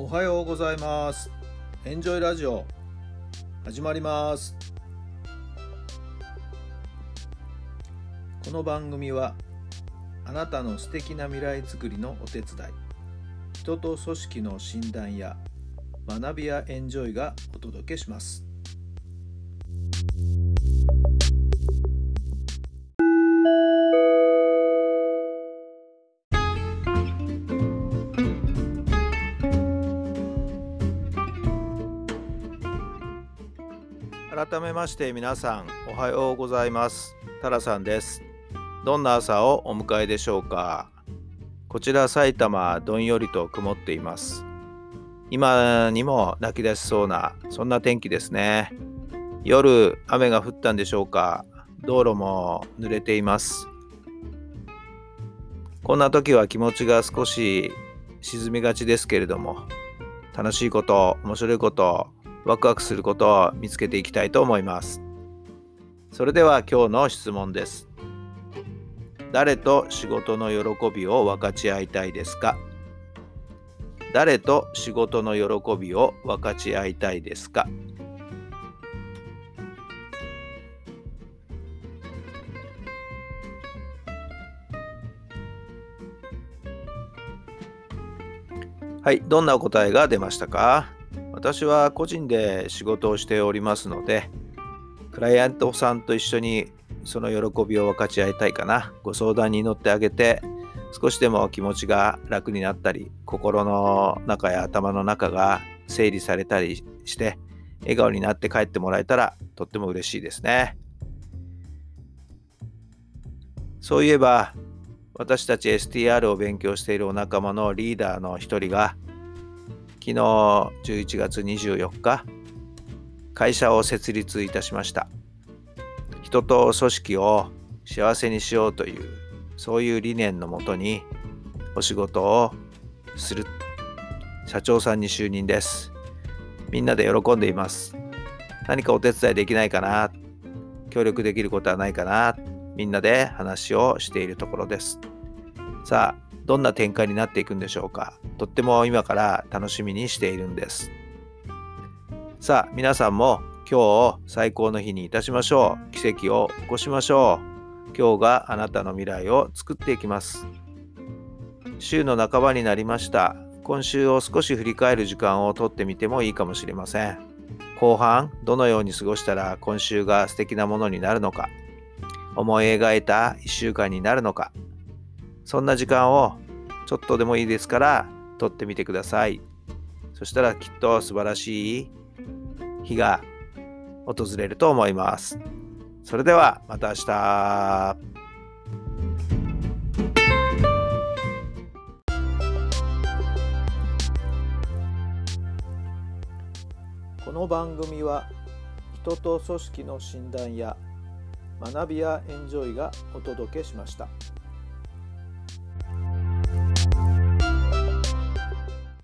おはようございます。エンジョイラジオ始まります。この番組はあなたの素敵な未来づくりのお手伝い、人と組織の診断や学びやエンジョイがお届けします。改めまして皆さんおはようございます。タラさんです。どんな朝をお迎えでしょうか。こちら埼玉どんよりと曇っています。今にも泣き出しそうなそんな天気ですね。夜雨が降ったんでしょうか。道路も濡れています。こんな時は気持ちが少し沈みがちですけれども、楽しいこと、面白いこと、ワクワクすることを見つけていきたいと思います。それでは今日の質問です。誰と仕事の喜びを分かち合いたいですか？誰と仕事の喜びを分かち合いたいですか？はい、どんなお答えが出ましたか？私は個人で仕事をしておりますので、クライアントさんと一緒にその喜びを分かち合いたいかな。ご相談に乗ってあげて、少しでも気持ちが楽になったり、心の中や頭の中が整理されたりして、笑顔になって帰ってもらえたらとっても嬉しいですね。そういえば、私たち STR を勉強しているお仲間のリーダーの一人が、昨日11月24日、会社を設立いたしました。人と組織を幸せにしようという、そういう理念のもとにお仕事をする社長さんに就任です。みんなで喜んでいます。何かお手伝いできないかな、協力できることはないかな、みんなで話をしているところです。さあ、どんな展開になっていくんでしょうか。とっても今から楽しみにしているんです。さあ、皆さんも今日を最高の日にいたしましょう。奇跡を起こしましょう。今日があなたの未来を作っていきます。週の半ばになりました。今週を少し振り返る時間をとってみてもいいかもしれません。後半、どのように過ごしたら今週が素敵なものになるのか、思い描いた1週間になるのか、そんな時間をちょっとでもいいですからとってみてください。そしたらきっと素晴らしい日が訪れると思います。それではまた明日。この番組は人と組織の診断や学びやエンジョイがお届けしました。